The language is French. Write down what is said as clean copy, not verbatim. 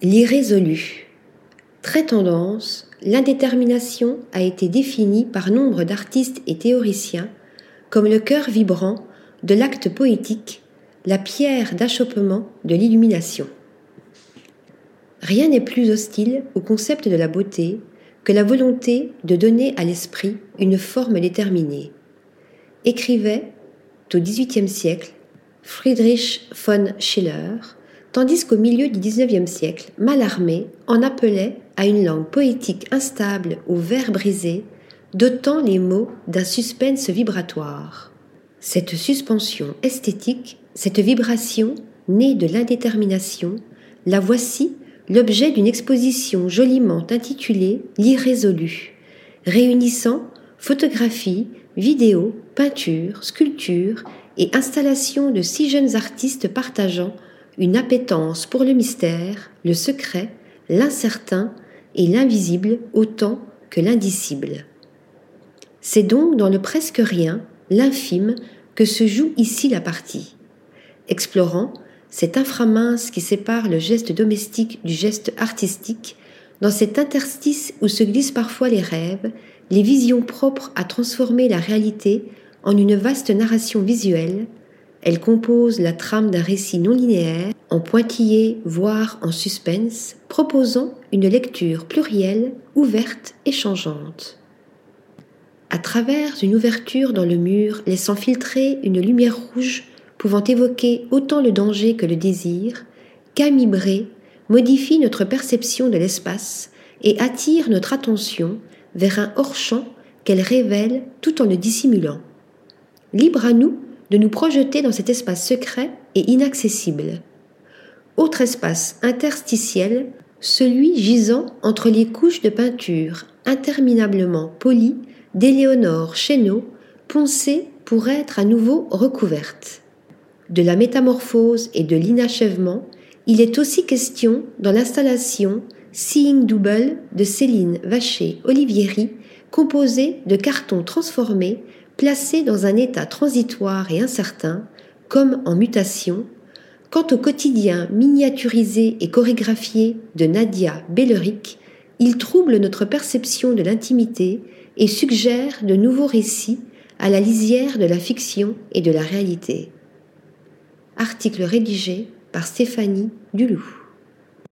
L'irrésolu. Très tendance, l'indétermination a été définie par nombre d'artistes et théoriciens comme le cœur vibrant de l'acte poétique, la pierre d'achoppement de l'illumination. Rien n'est plus hostile au concept de la beauté que la volonté de donner à l'esprit une forme déterminée. Écrivait, au XVIIIe siècle, Friedrich von Schiller, tandis qu'au milieu du XIXe siècle, Mallarmé en appelait à une langue poétique instable aux vers brisés, dotant les mots d'un suspense vibratoire. Cette suspension esthétique, cette vibration née de l'indétermination, la voici l'objet d'une exposition joliment intitulée « L'irrésolu », réunissant photographie, vidéo, peinture, sculpture et installation de 6 jeunes artistes partageant une appétence pour le mystère, le secret, l'incertain et l'invisible autant que l'indicible. C'est donc dans le presque rien, l'infime, que se joue ici la partie. Explorant cet inframince qui sépare le geste domestique du geste artistique, dans cet interstice où se glissent parfois les rêves, les visions propres à transformer la réalité en une vaste narration visuelle, elle compose la trame d'un récit non linéaire, en pointillé, voire en suspense, proposant une lecture plurielle, ouverte et changeante. À travers une ouverture dans le mur laissant filtrer une lumière rouge pouvant évoquer autant le danger que le désir, Camille Bray modifie notre perception de l'espace et attire notre attention vers un hors-champ qu'elle révèle tout en le dissimulant. Libre à nous de nous projeter dans cet espace secret et inaccessible. Autre espace interstitiel, celui gisant entre les couches de peinture interminablement polies d'Éléonore Chénaud, poncées pour être à nouveau recouvertes. De la métamorphose et de l'inachèvement, il est aussi question dans l'installation Seeing Double de Céline Vacher-Olivieri, composée de cartons transformés, placés dans un état transitoire et incertain, comme en mutation, quant au quotidien miniaturisé et chorégraphié de Nadia Belleric, il trouble notre perception de l'intimité et suggère de nouveaux récits à la lisière de la fiction et de la réalité. Article rédigé par Stéphanie Duloup.